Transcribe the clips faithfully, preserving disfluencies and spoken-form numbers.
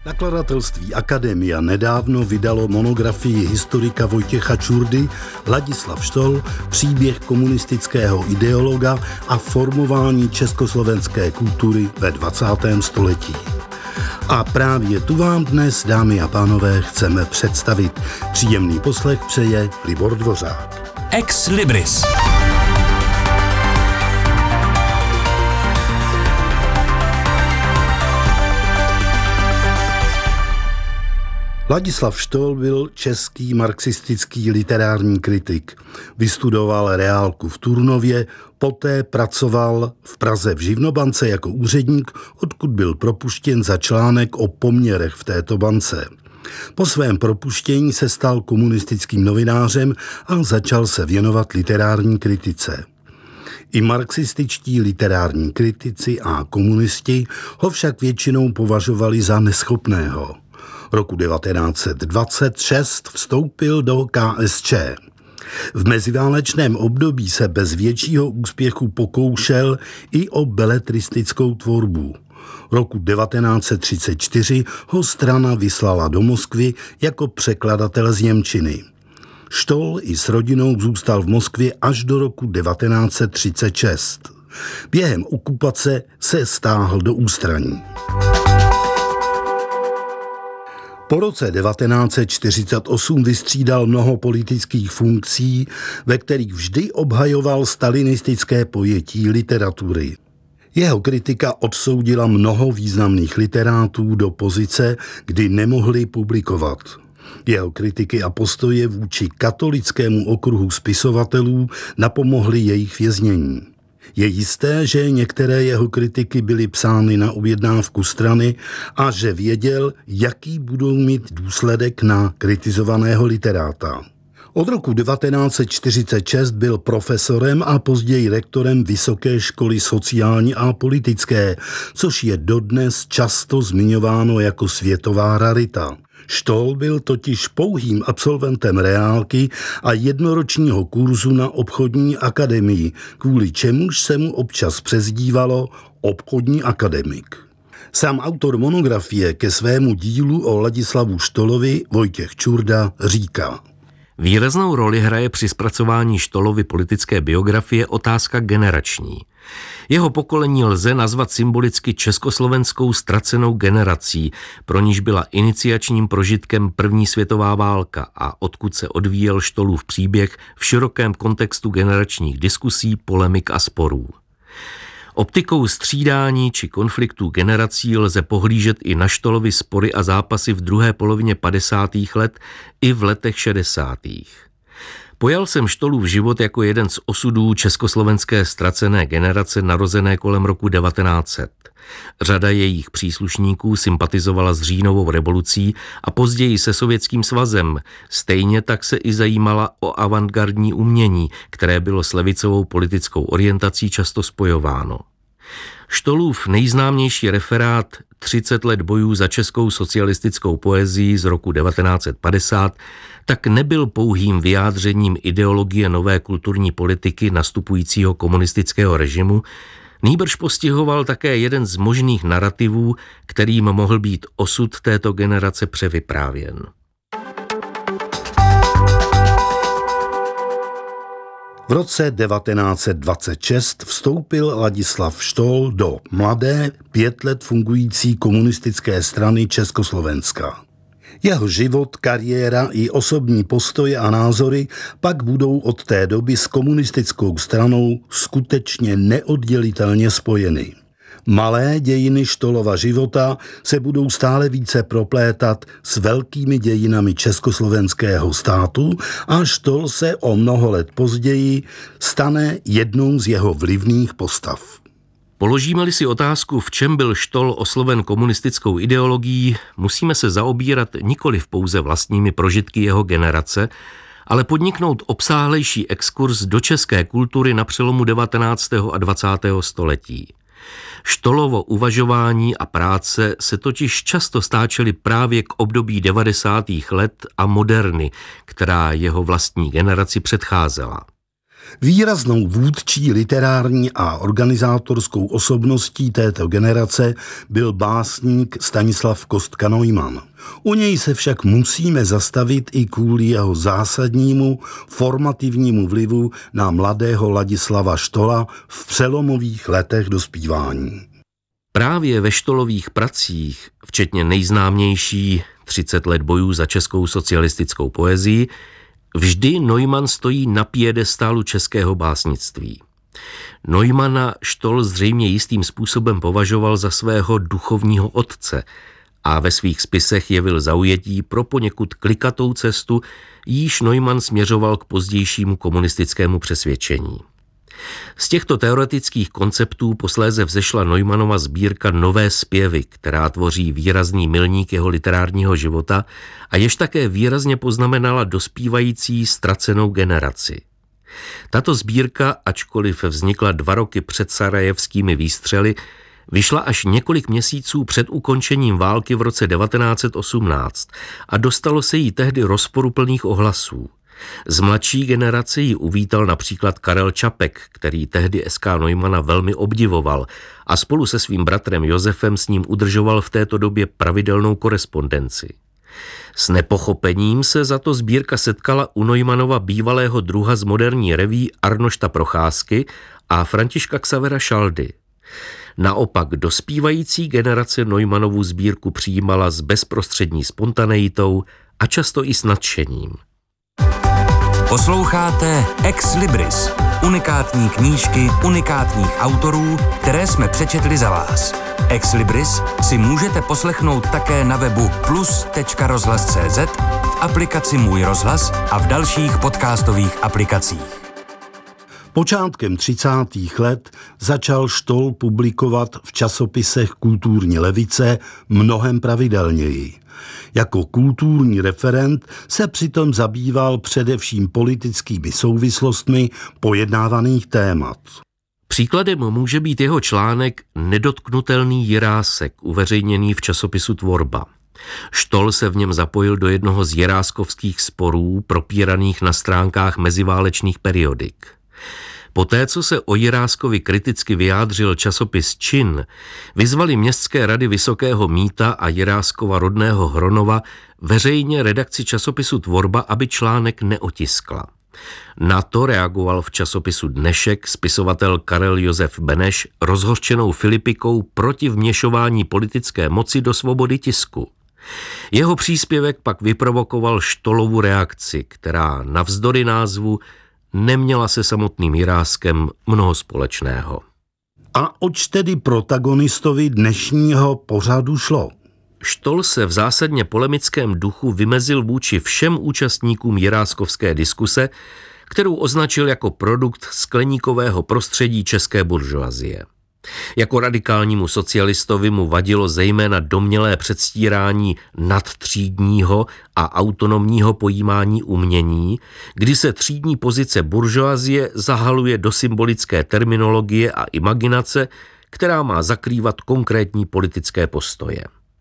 Nakladatelství Akademia nedávno vydalo monografii historika Vojtěcha Čurdy Ladislav Štol, příběh komunistického ideologa a formování československé kultury ve dvacátém století. A právě tu vám dnes, dámy a pánové, chceme představit. Příjemný poslech přeje Libor Dvořák. Ex Libris. Ladislav Štol byl český marxistický literární kritik. Vystudoval reálku v Turnově, poté pracoval v Praze v Živnobance jako úředník, odkud byl propuštěn za článek o poměrech v této bance. Po svém propuštění se stal komunistickým novinářem a začal se věnovat literární kritice. I marxističtí literární kritici a komunisti ho však většinou považovali za neschopného. Roku devatenáct set dvacet šest vstoupil do K S Č. V meziválečném období se bez většího úspěchu pokoušel i o beletristickou tvorbu. Roku devatenáct set třicet čtyři ho strana vyslala do Moskvy jako překladatel z němčiny. Štol i s rodinou zůstal v Moskvě až do roku devatenáct set třicet šest. Během okupace se stáhl do ústraní. Po roce devatenáct set čtyřicet osm vystřídal mnoho politických funkcí, ve kterých vždy obhajoval stalinistické pojetí literatury. Jeho kritika odsoudila mnoho významných literátů do pozice, kdy nemohli publikovat. Jeho kritiky a postoje vůči katolickému okruhu spisovatelů napomohly jejich věznění. Je jisté, že některé jeho kritiky byly psány na objednávku strany a že věděl, jaký budou mít důsledek na kritizovaného literáta. Od roku devatenáct set čtyřicet šest byl profesorem a později rektorem Vysoké školy sociální a politické, což je dodnes často zmiňováno jako světová rarita. Štol byl totiž pouhým absolventem reálky a jednoročního kurzu na obchodní akademii, kvůli čemuž se mu občas přezdívalo obchodní akademik. Sám autor monografie ke svému dílu o Ladislavu Štolovi Vojtěch Čurda říká: Výraznou roli hraje při zpracování Štolovy politické biografie otázka generační. Jeho pokolení lze nazvat symbolicky československou ztracenou generací, pro níž byla iniciačním prožitkem první světová válka a odkud se odvíjel Štolův příběh v širokém kontextu generačních diskusí, polemik a sporů. Optikou střídání či konfliktů generací lze pohlížet i na Štolovy spory a zápasy v druhé polovině padesátých let i v letech šedesátých. Pojal jsem Štolův život jako jeden z osudů československé ztracené generace narozené kolem roku devatenáct set. Řada jejich příslušníků sympatizovala s říjnovou revolucí a později se Sovětským svazem. Stejně tak se i zajímala o avantgardní umění, které bylo s levicovou politickou orientací často spojováno. Štolův nejznámější referát třicet let bojů za českou socialistickou poezii z roku devatenáct set padesát tak nebyl pouhým vyjádřením ideologie nové kulturní politiky nastupujícího komunistického režimu, nýbrž postihoval také jeden z možných narrativů, kterým mohl být osud této generace převyprávěn. V roce devatenáct set dvacet šest vstoupil Ladislav Štol do mladé, pět let fungující komunistické strany Československa. Jeho život, kariéra i osobní postoje a názory pak budou od té doby s komunistickou stranou skutečně neoddělitelně spojeny. Malé dějiny Štolova života se budou stále více proplétat s velkými dějinami československého státu a Štol se o mnoho let později stane jednou z jeho vlivných postav. Položíme-li si otázku, v čem byl Štol osloven komunistickou ideologií, musíme se zaobírat nikoliv pouze vlastními prožitky jeho generace, ale podniknout obsáhlejší exkurs do české kultury na přelomu devatenáctého a dvacátého století. Štolovo uvažování a práce se totiž často stáčely právě k období devadesátých let a moderny, která jeho vlastní generaci předcházela. Výraznou vůdčí literární a organizátorskou osobností této generace byl básník Stanislav Kostka-Neumann. U něj se však musíme zastavit i kvůli jeho zásadnímu formativnímu vlivu na mladého Ladislava Štola v přelomových letech dospívání. Právě ve Štolových pracích, včetně nejznámější třicet let bojů za českou socialistickou poezii, vždy Neumann stojí na piedestálu českého básnictví. Neumanna Štol zřejmě jistým způsobem považoval za svého duchovního otce a ve svých spisech jevil zaujetí pro poněkud klikatou cestu, jíž Neumann směřoval k pozdějšímu komunistickému přesvědčení. Z těchto teoretických konceptů posléze vzešla Neumannova sbírka Nové zpěvy, která tvoří výrazný milník jeho literárního života a jež také výrazně poznamenala dospívající ztracenou generaci. Tato sbírka, ačkoliv vznikla dva roky před sarajevskými výstřely, vyšla až několik měsíců před ukončením války v roce devatenáct set osmnáct a dostalo se jí tehdy rozporuplných ohlasů. Z mladší generace ji uvítal například Karel Čapek, který tehdy S K Neumanna velmi obdivoval a spolu se svým bratrem Josefem s ním udržoval v této době pravidelnou korespondenci. S nepochopením se za to sbírka setkala u Neumannova bývalého druha z moderní reví Arnošta Procházky a Františka Xavera Šaldy. Naopak dospívající generace Neumannovu sbírku přijímala s bezprostřední spontaneitou a často i s nadšením. Posloucháte Ex Libris, unikátní knížky unikátních autorů, které jsme přečetli za vás. Ex Libris si můžete poslechnout také na webu plus tečka rozhlas tečka cé zet, v aplikaci Můj rozhlas a v dalších podcastových aplikacích. Počátkem třicátých let začal Štol publikovat v časopisech Kulturní levice mnohem pravidelněji. Jako kulturní referent se přitom zabýval především politickými souvislostmi pojednávaných témat. Příkladem může být jeho článek Nedotknutelný Jirásek, uveřejněný v časopisu Tvorba. Štol se v něm zapojil do jednoho z jiráskovských sporů propíraných na stránkách meziválečných periodik. Poté, co se o Jiráskovi kriticky vyjádřil časopis Čin, vyzvali městské rady Vysokého Mýta a Jiráskova rodného Hronova veřejně redakci časopisu Tvorba, aby článek neotiskla. Na to reagoval v časopisu Dnešek spisovatel Karel Josef Beneš rozhořčenou Filipikou proti vměšování politické moci do svobody tisku. Jeho příspěvek pak vyprovokoval Štolovu reakci, která navzdory názvu neměla se samotným Jiráskem mnoho společného. A oč tedy protagonistovi dnešního pořadu šlo? Štol se v zásadně polemickém duchu vymezil vůči všem účastníkům jiráskovské diskuse, kterou označil jako produkt skleníkového prostředí české buržoazie. Jako radikálnímu socialistovi mu vadilo zejména domnělé předstírání nadtřídního a autonomního pojímání umění, kdy se třídní pozice buržoazie zahaluje do symbolické terminologie a imaginace, která má zakrývat konkrétní politické postoje.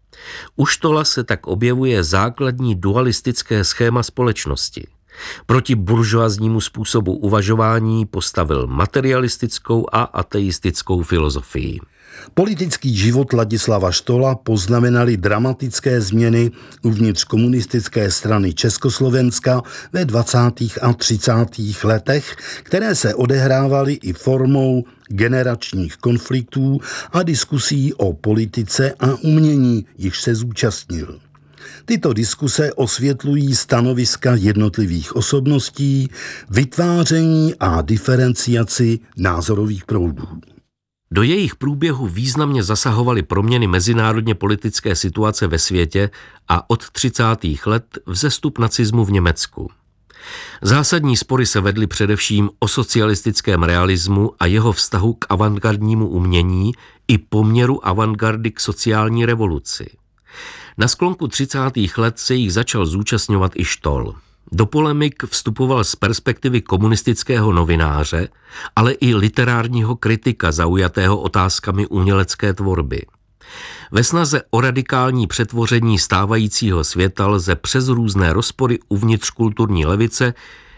U Štola se tak objevuje základní dualistické schéma společnosti. Proti buržoaznímu způsobu uvažování postavil materialistickou a ateistickou filozofii. Politický život Ladislava Štola poznamenaly dramatické změny uvnitř komunistické strany Československa ve dvacátých a třicátých letech, které se odehrávaly i formou generačních konfliktů a diskusí o politice a umění, jichž se zúčastnil. Tyto diskuse osvětlují stanoviska jednotlivých osobností, vytváření a diferenciaci názorových proudů. Do jejich průběhu významně zasahovaly proměny mezinárodně politické situace ve světě a od třicátých let vzestup nacismu v Německu. Zásadní spory se vedly především o socialistickém realismu a jeho vztahu k avantgardnímu umění i poměru avantgardy k sociální revoluci. Na sklonku třicátých let se jich začal zúčastňovat i Štol. Do polemik vstupoval z perspektivy komunistického novináře, ale i literárního kritika zaujatého otázkami umělecké tvorby. Ve snaze o radikální přetvoření stávajícího světa lze přes různé rozpory uvnitř kulturní levice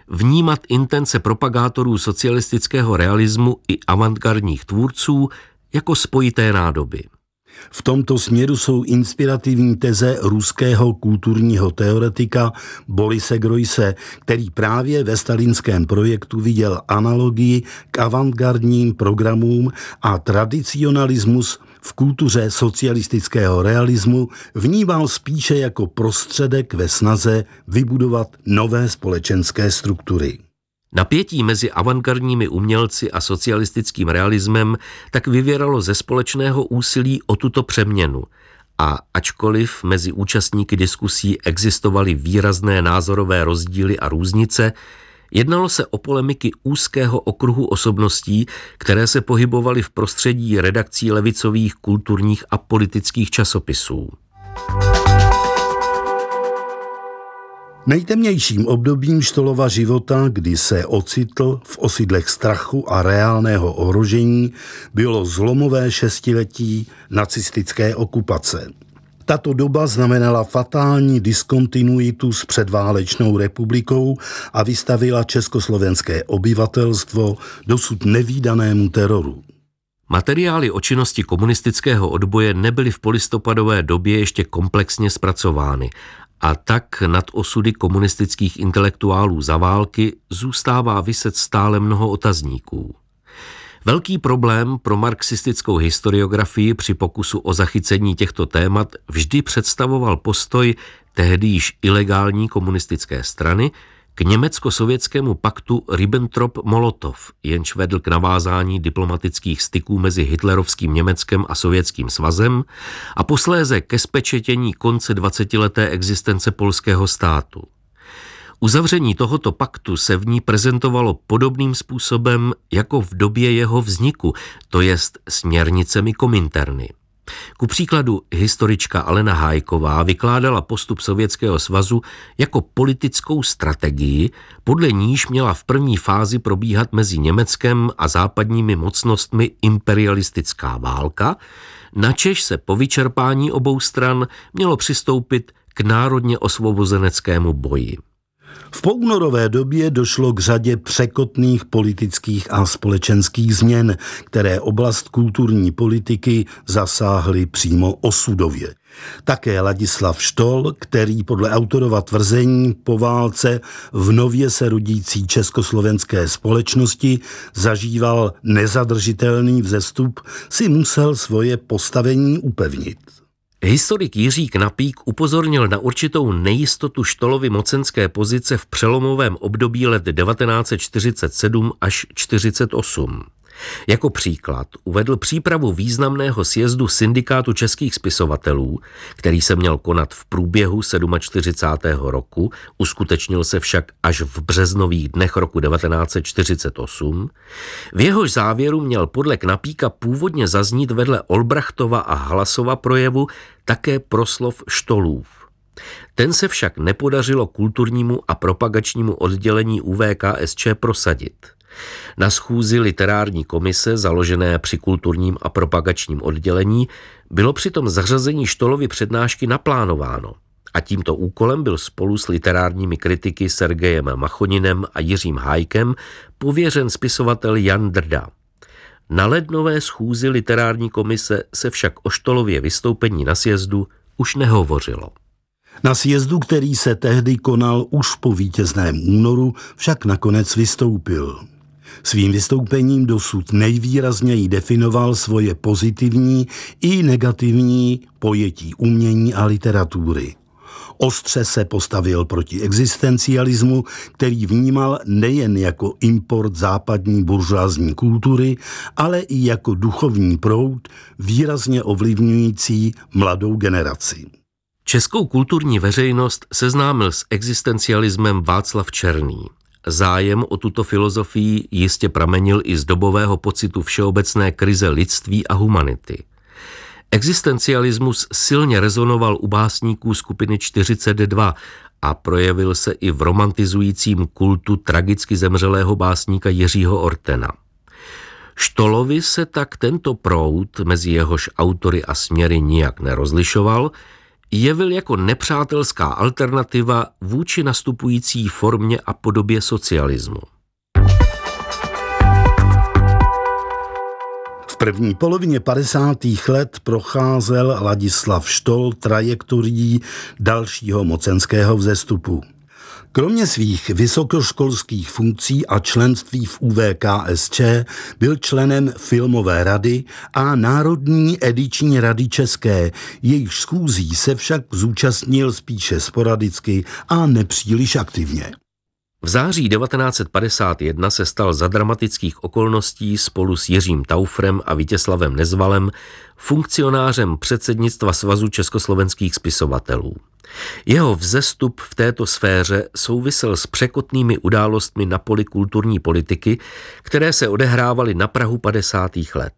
vnímat intence propagátorů socialistického realismu i avantgardních tvůrců jako spojité nádoby. V tomto směru jsou inspirativní teze ruského kulturního teoretika Borise Groise, který právě ve stalinském projektu viděl analogii k avantgardním programům a tradicionalismus v kultuře socialistického realismu vnímal spíše jako prostředek ve snaze vybudovat nové společenské struktury. Napětí mezi avantgardními umělci a socialistickým realismem tak vyvěralo ze společného úsilí o tuto přeměnu a ačkoliv mezi účastníky diskusí existovaly výrazné názorové rozdíly a různice, jednalo se o polemiky úzkého okruhu osobností, které se pohybovaly v prostředí redakcí levicových, kulturních a politických časopisů. Nejtemnějším obdobím Stollova života, kdy se ocitl v osidlech strachu a reálného ohrožení, bylo zlomové šestiletí nacistické okupace. Tato doba znamenala fatální diskontinuitu s předválečnou republikou a vystavila československé obyvatelstvo dosud nevídanému teroru. Materiály o činnosti komunistického odboje nebyly v polistopadové době ještě komplexně zpracovány a tak nad osudy komunistických intelektuálů za války zůstává viset stále mnoho otazníků. Velký problém pro marxistickou historiografii při pokusu o zachycení těchto témat vždy představoval postoj tehdy již ilegální komunistické strany k německo-sovětskému paktu Ribbentrop-Molotov, jenž vedl k navázání diplomatických styků mezi hitlerovským Německem a Sovětským svazem a posléze ke spečetění konce dvacetileté existence polského státu. Uzavření tohoto paktu se v ní prezentovalo podobným způsobem jako v době jeho vzniku, to jest směrnicemi Kominterny. Ku příkladu historička Alena Hájková vykládala postup Sovětského svazu jako politickou strategii, podle níž měla v první fázi probíhat mezi Německem a západními mocnostmi imperialistická válka, načež se po vyčerpání obou stran mělo přistoupit k národně osvobozeneckému boji. V poúnorové době došlo k řadě překotných politických a společenských změn, které oblast kulturní politiky zasáhly přímo osudově. Také Ladislav Stoll, který podle autorova tvrzení po válce v nově se rodící československé společnosti zažíval nezadržitelný vzestup, si musel svoje postavení upevnit. Historik Jiří Knapík upozornil na určitou nejistotu Stollovy mocenské pozice v přelomovém období let devatenáct set čtyřicet sedm až čtyřicet osm. Jako příklad uvedl přípravu významného sjezdu Syndikátu českých spisovatelů, který se měl konat v průběhu čtyřicátého sedmého roku, uskutečnil se však až v březnových dnech roku devatenáct set čtyřicet osm. V jehož závěru měl podle Knapíka původně zaznít vedle Olbrachtova a Hlasova projevu také proslov Stollův. Ten se však nepodařilo kulturnímu a propagačnímu oddělení U V K S Č prosadit. Na schůzi literární komise, založené při kulturním a propagačním oddělení, bylo přitom zařazení Stollovy přednášky naplánováno a tímto úkolem byl spolu s literárními kritiky Sergejem Machoninem a Jiřím Hájkem pověřen spisovatel Jan Drda. Na lednové schůzi literární komise se však o Stollově vystoupení na sjezdu už nehovořilo. Na sjezdu, který se tehdy konal už po vítězném únoru, však nakonec vystoupil. Svým vystoupením dosud nejvýrazněji definoval svoje pozitivní i negativní pojetí umění a literatury. Ostře se postavil proti existencialismu, který vnímal nejen jako import západní buržoazní kultury, ale i jako duchovní proud výrazně ovlivňující mladou generaci. Českou kulturní veřejnost seznámil s existencialismem Václav Černý. Zájem o tuto filozofii jistě pramenil i z dobového pocitu všeobecné krize lidství a humanity. Existencialismus silně rezonoval u básníků skupiny čtyřicet dva a projevil se i v romantizujícím kultu tragicky zemřelého básníka Jiřího Ortena. Stollovi se tak tento proud, mezi jehož autory a směry nijak nerozlišoval, jevil jako nepřátelská alternativa vůči nastupující formě a podobě socialismu. V první polovině padesátých let procházel Ladislav Štol trajektorií dalšího mocenského vzestupu. Kromě svých vysokoškolských funkcí a členství v U V K S Č byl členem Filmové rady a Národní ediční rady české, jejichž schůzí se však zúčastnil spíše sporadicky a nepříliš aktivně. V září devatenáct set padesát jedna se stal za dramatických okolností spolu s Jiřím Taufrem a Vítězslavem Nezvalem funkcionářem předsednictva Svazu československých spisovatelů. Jeho vzestup v této sféře souvisel s překotnými událostmi na poli kulturní politiky, které se odehrávaly na prahu padesátých let.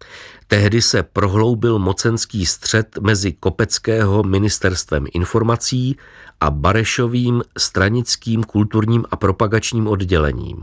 Tehdy se prohloubil mocenský střet mezi Kopeckého ministerstvem informací a Barešovým stranickým kulturním a propagačním oddělením.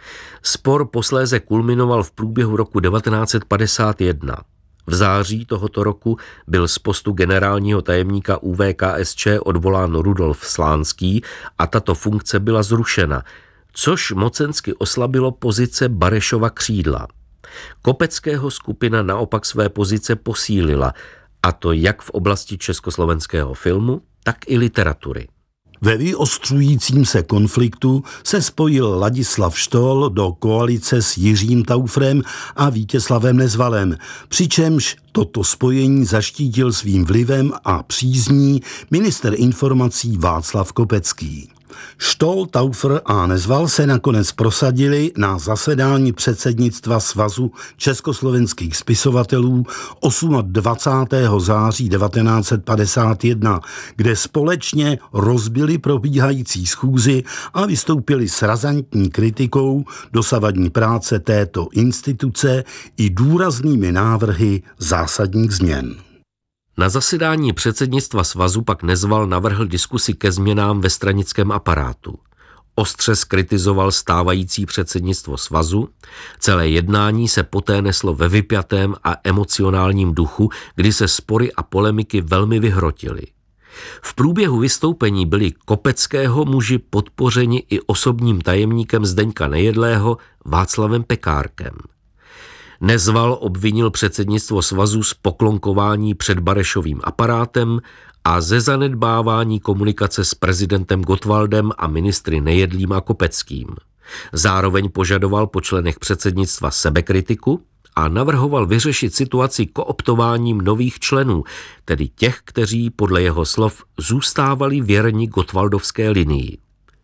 Spor posléze kulminoval v průběhu roku devatenáct set padesát jedna. V září tohoto roku byl z postu generálního tajemníka U V K S Č odvolán Rudolf Slánský a tato funkce byla zrušena, což mocensky oslabilo pozice Barešova křídla. Kopeckého skupina naopak své pozice posílila, a to jak v oblasti československého filmu, tak i literatury. Ve vyostřujícím se konfliktu se spojil Ladislav Štol do koalice s Jiřím Taufrem a Vítězslavem Nezvalem, přičemž toto spojení zaštítil svým vlivem a přízní ministr informací Václav Kopecký. Štol, Taufr a Nezval se nakonec prosadili na zasedání předsednictva Svazu československých spisovatelů dvacátého osmého září devatenáct set padesát jedna, kde společně rozbili probíhající schůzi a vystoupili s razantní kritikou dosavadní práce této instituce i důraznými návrhy zásadních změn. Na zasedání předsednictva svazu pak Nezval navrhl diskusi ke změnám ve stranickém aparátu. Ostře zkritizoval stávající předsednictvo svazu, celé jednání se poté neslo ve vypjatém a emocionálním duchu, kdy se spory a polemiky velmi vyhrotily. V průběhu vystoupení byli Kopeckého muži podpořeni i osobním tajemníkem Zdeňka Nejedlého Václavem Pekárkem. Nezval obvinil předsednictvo svazu z poklonkování před Barešovým aparátem a ze zanedbávání komunikace s prezidentem Gottwaldem a ministry Nejedlým a Kopeckým. Zároveň požadoval po členech předsednictva sebekritiku a navrhoval vyřešit situaci kooptováním nových členů, tedy těch, kteří podle jeho slov zůstávali věrni Gottwaldovské linii.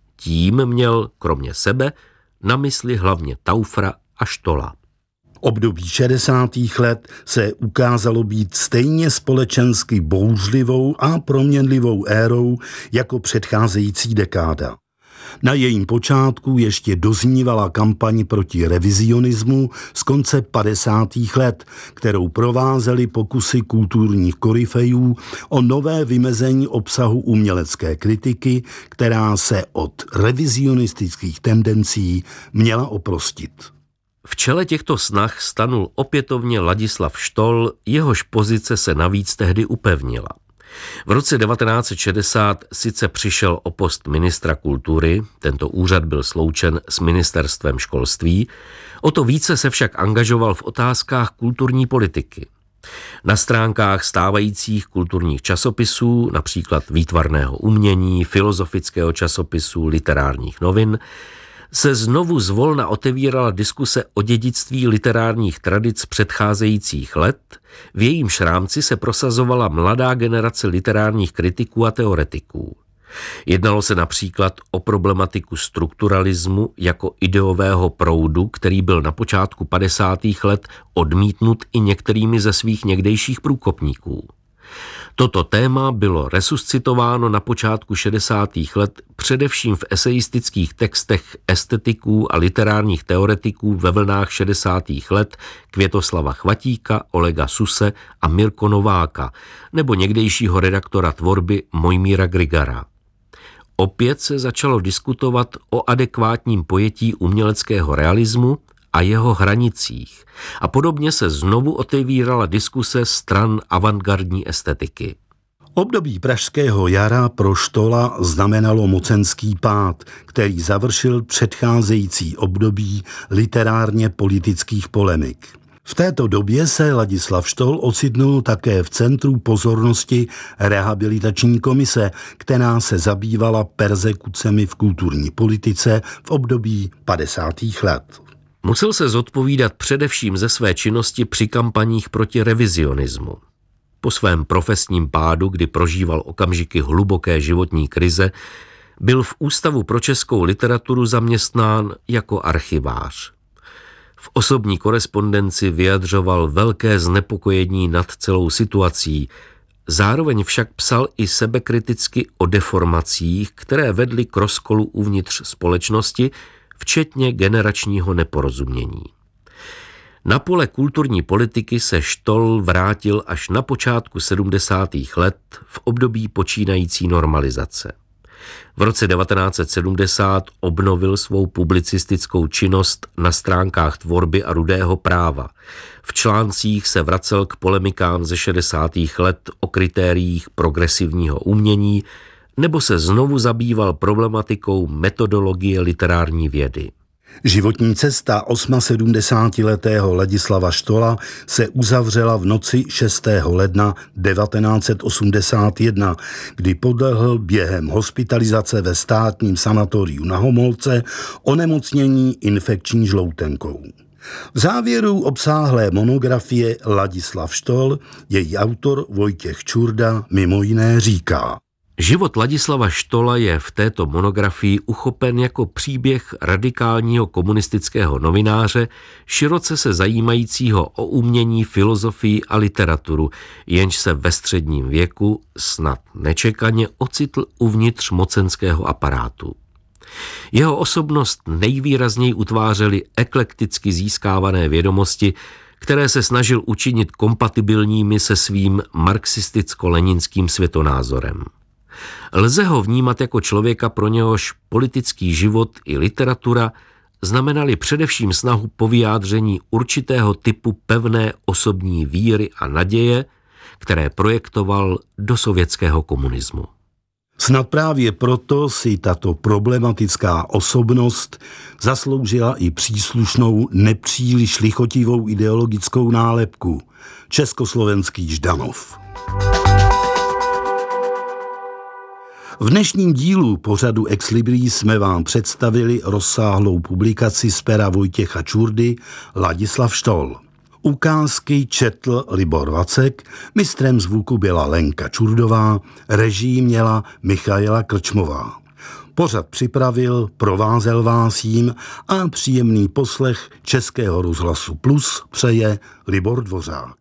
Tím měl, kromě sebe, na mysli hlavně Taufra a Štola. Období šedesátých let se ukázalo být stejně společensky bouřlivou a proměnlivou érou jako předcházející dekáda. Na jejím počátku ještě doznívala kampaň proti revizionismu z konce padesátých let, kterou provázely pokusy kulturních koryfejů o nové vymezení obsahu umělecké kritiky, která se od revizionistických tendencí měla oprostit. V čele těchto snah stanul opětovně Ladislav Štol, jehož pozice se navíc tehdy upevnila. V roce devatenáct set šedesát sice přišel o post ministra kultury, tento úřad byl sloučen s ministerstvem školství, o to více se však angažoval v otázkách kulturní politiky. Na stránkách stávajících kulturních časopisů, například Výtvarného umění, filozofického časopisu, Literárních novin, se znovu zvolna otevírala diskuse o dědictví literárních tradic předcházejících let, v jejímž rámci se prosazovala mladá generace literárních kritiků a teoretiků. Jednalo se například o problematiku strukturalismu jako ideového proudu, který byl na počátku padesátých let odmítnut i některými ze svých někdejších průkopníků. Toto téma bylo resuscitováno na počátku šedesátých let především v esejistických textech estetiků a literárních teoretiků ve vlnách šedesátých let Květoslava Chvatíka, Olega Suse a Mirko Nováka, nebo někdejšího redaktora tvorby Mojmíra Grigara. Opět se začalo diskutovat o adekvátním pojetí uměleckého realismu a jeho hranicích a podobně se znovu otevírala diskuse stran avantgardní estetiky. Období pražského jara pro Štola znamenalo mocenský pád, který završil předcházející období literárně politických polemik. V této době se Ladislav Štol ocitnul také v centru pozornosti rehabilitační komise, která se zabývala perzekucemi v kulturní politice v období padesátých let. Musel se zodpovídat především ze své činnosti při kampaních proti revizionismu. Po svém profesním pádu, kdy prožíval okamžiky hluboké životní krize, byl v Ústavu pro českou literaturu zaměstnán jako archivář. V osobní korespondenci vyjadřoval velké znepokojení nad celou situací, zároveň však psal i sebekriticky o deformacích, které vedly k rozkolu uvnitř společnosti, včetně generačního neporozumění. Na pole kulturní politiky se Štol vrátil až na počátku sedmdesátých let v období počínající normalizace. V roce devatenáct set sedmdesát obnovil svou publicistickou činnost na stránkách Tvorby a Rudého práva. V článcích se vracel k polemikám ze šedesátých let o kritériích progresivního umění nebo se znovu zabýval problematikou metodologie literární vědy. Životní cesta sedmdesátiosmiletého Ladislava Štola se uzavřela v noci šestého ledna devatenáct set osmdesát jedna, kdy podlehl během hospitalizace ve státním sanatoriu na Homolce onemocnění infekční žloutenkou. V závěru obsáhlé monografie Ladislav Štol její autor Vojtěch Čurda mimo jiné říká: Život Ladislava Štola je v této monografii uchopen jako příběh radikálního komunistického novináře, široce se zajímajícího o umění, filozofii a literaturu, jenž se ve středním věku snad nečekaně ocitl uvnitř mocenského aparátu. Jeho osobnost nejvýrazněji utvářely eklekticky získávané vědomosti, které se snažil učinit kompatibilními se svým marxisticko-leninským světonázorem. Lze ho vnímat jako člověka, pro něhož politický život i literatura znamenaly především snahu po vyjádření určitého typu pevné osobní víry a naděje, které projektoval do sovětského komunismu. Snad právě proto si tato problematická osobnost zasloužila i příslušnou nepříliš lichotivou ideologickou nálepku československý Ždanov. V dnešním dílu pořadu Ex Libris jsme vám představili rozsáhlou publikaci z pera Vojtěcha Čurdy Ladislav Štol. Ukázky četl Libor Vacek, mistrem zvuku byla Lenka Čurdová, režii měla Michaela Krčmová. Pořad připravil, provázel vás jím a příjemný poslech Českého rozhlasu Plus přeje Libor Dvořák.